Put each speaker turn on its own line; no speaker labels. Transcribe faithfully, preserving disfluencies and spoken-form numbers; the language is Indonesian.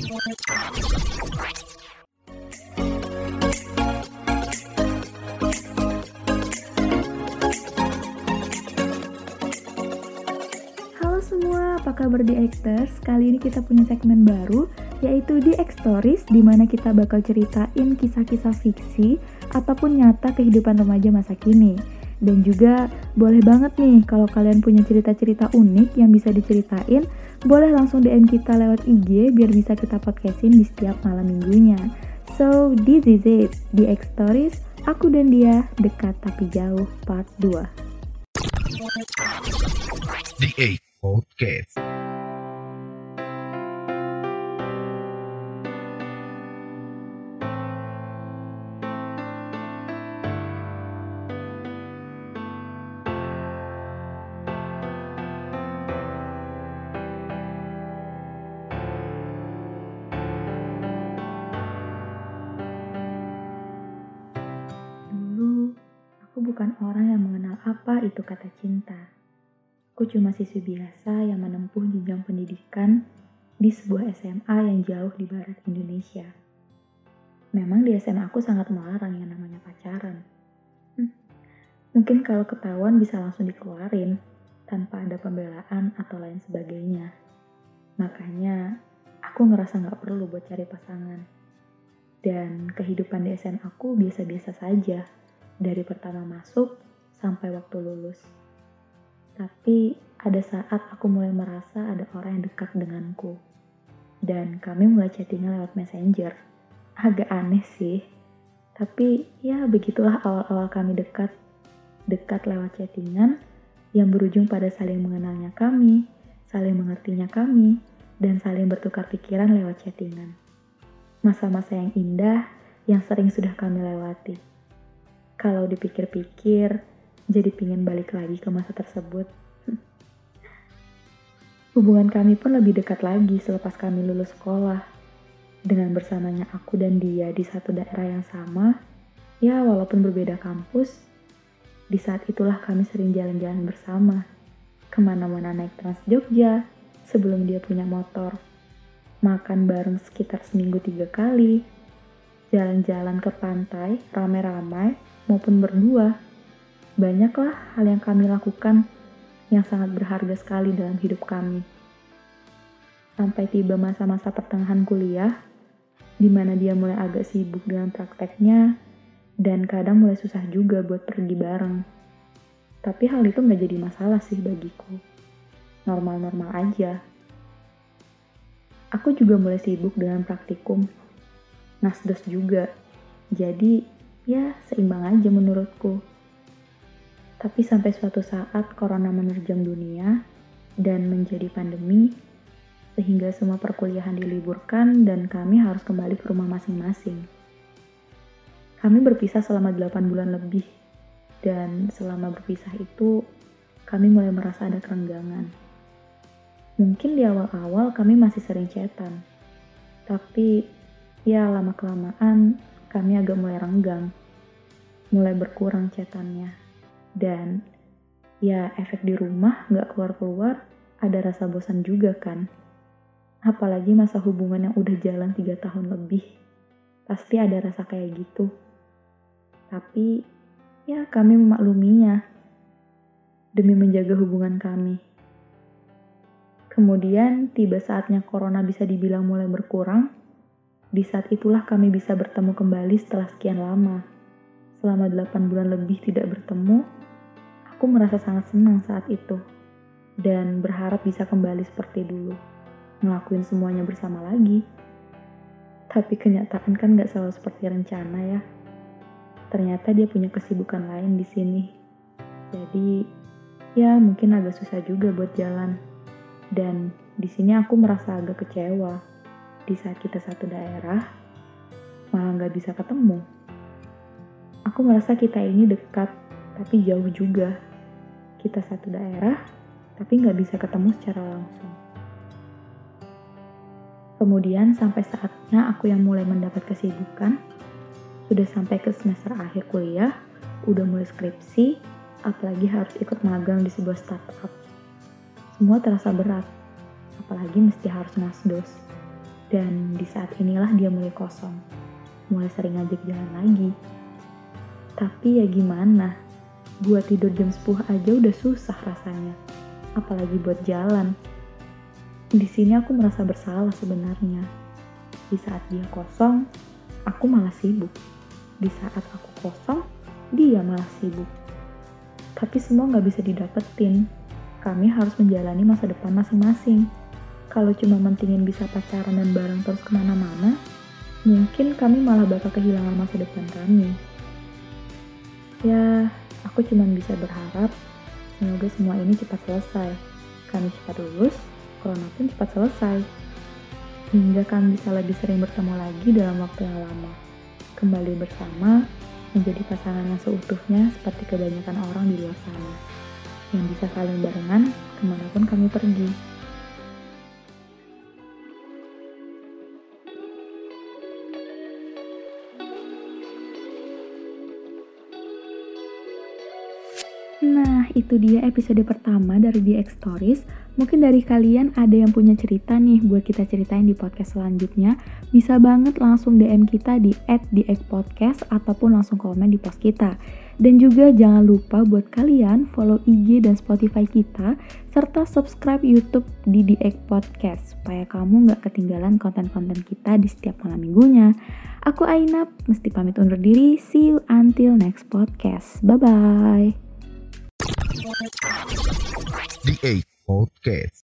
Halo semua, apa kabar di Xters? Kali ini kita punya segmen baru, yaitu di X Stories, di mana kita bakal ceritain kisah-kisah fiksi ataupun nyata kehidupan remaja masa kini. Dan juga boleh banget nih kalau kalian punya cerita-cerita unik yang bisa diceritain, boleh langsung D M kita lewat I G biar bisa kita podcastin di setiap malam minggunya. So, this is it, di X Stories, aku dan dia dekat tapi jauh part dua.
The Eight Podcast.
Dulu, aku bukan orang yang mengenal apa itu kata cinta. Aku cuma siswi biasa yang menempuh jenjang pendidikan di sebuah S M A yang jauh di barat Indonesia. Memang di S M A aku sangat melarang yang namanya pacaran. Hmm, mungkin kalau ketahuan bisa langsung dikeluarin tanpa ada pembelaan atau lain sebagainya. Makanya aku ngerasa gak perlu buat cari pasangan. Dan kehidupan di S M A aku biasa-biasa saja dari pertama masuk sampai waktu lulus. Tapi ada saat aku mulai merasa ada orang yang dekat denganku. Dan kami mulai chattingan lewat messenger. Agak aneh sih. Tapi ya begitulah awal-awal kami dekat. Dekat lewat chattingan yang berujung pada saling mengenalnya kami, saling mengertinya kami, dan saling bertukar pikiran lewat chattingan. Masa-masa yang indah yang sering sudah kami lewati. Kalau dipikir-pikir, jadi pingin balik lagi ke masa tersebut. Hubungan kami pun lebih dekat lagi selepas kami lulus sekolah. Dengan bersamanya aku dan dia di satu daerah yang sama, ya walaupun berbeda kampus, di saat itulah kami sering jalan-jalan bersama. Kemana-mana naik Trans Jogja, sebelum dia punya motor. Makan bareng sekitar seminggu tiga kali. Jalan-jalan ke pantai, rame-rame, maupun berdua. Banyaklah hal yang kami lakukan yang sangat berharga sekali dalam hidup kami. Sampai tiba masa-masa pertengahan kuliah, di mana dia mulai agak sibuk dengan prakteknya, dan kadang mulai susah juga buat pergi bareng. Tapi hal itu gak jadi masalah sih bagiku. Normal-normal aja. Aku juga mulai sibuk dengan praktikum. Nasdos juga. Jadi, ya seimbang aja menurutku. Tapi sampai suatu saat corona menerjang dunia dan menjadi pandemi, sehingga semua perkuliahan diliburkan dan kami harus kembali ke rumah masing-masing. Kami berpisah selama delapan bulan lebih, dan selama berpisah itu, kami mulai merasa ada kerenggangan. Mungkin di awal-awal kami masih sering chatan, tapi ya lama-kelamaan kami agak mulai renggang, mulai berkurang chatannya. Dan ya efek di rumah gak keluar-keluar, ada rasa bosan juga kan. Apalagi masa hubungan yang udah jalan tiga tahun lebih. Pasti ada rasa kayak gitu. Tapi ya kami memakluminya demi menjaga hubungan kami. Kemudian tiba saatnya corona bisa dibilang mulai berkurang. Di saat itulah kami bisa bertemu kembali setelah sekian lama. Selama delapan bulan lebih tidak bertemu, aku merasa sangat senang saat itu. Dan berharap bisa kembali seperti dulu. Ngelakuin semuanya bersama lagi. Tapi kenyataan kan gak selalu seperti rencana ya. Ternyata dia punya kesibukan lain di sini. Jadi, ya mungkin agak susah juga buat jalan. Dan di sini aku merasa agak kecewa. Di saat kita satu daerah, malah gak bisa ketemu. Aku merasa kita ini dekat, tapi jauh juga. Kita satu daerah, tapi gak bisa ketemu secara langsung. Kemudian sampai saatnya aku yang mulai mendapat kesibukan, sudah sampai ke semester akhir kuliah, udah mulai skripsi, apalagi harus ikut magang di sebuah startup. Semua terasa berat, apalagi mesti harus nasdos. Dan di saat inilah dia mulai kosong, mulai sering ngajak jalan lagi. Tapi ya gimana, buat tidur jam sepuluh aja udah susah rasanya, apalagi buat jalan. Di sini aku merasa bersalah sebenarnya. Di saat dia kosong, aku malah sibuk. Di saat aku kosong, dia malah sibuk. Tapi semua gak bisa didapetin. Kami harus menjalani masa depan masing-masing. Kalau cuma mentingin bisa pacaran dan bareng terus kemana-mana, mungkin kami malah bakal kehilangan masa depan kami. Ya, aku cuma bisa berharap semoga semua ini cepat selesai. Kami cepat lulus, corona pun cepat selesai. Hingga kami bisa lebih sering bertemu lagi dalam waktu yang lama. Kembali bersama, menjadi pasangan yang seutuhnya seperti kebanyakan orang di luar sana. Yang bisa saling barengan kemanapun kami pergi. Nah, itu dia episode pertama dari The X Stories. Mungkin dari kalian ada yang punya cerita nih buat kita ceritain di podcast selanjutnya. Bisa banget langsung D M kita di at the x podcast ataupun langsung komen di post kita. Dan juga jangan lupa buat kalian follow I G dan Spotify kita, serta subscribe YouTube di The X Podcast supaya kamu gak ketinggalan konten-konten kita di setiap malam minggunya. Aku Ainab, mesti pamit undur diri. See you until next podcast. Bye-bye.
The Eight Podcast.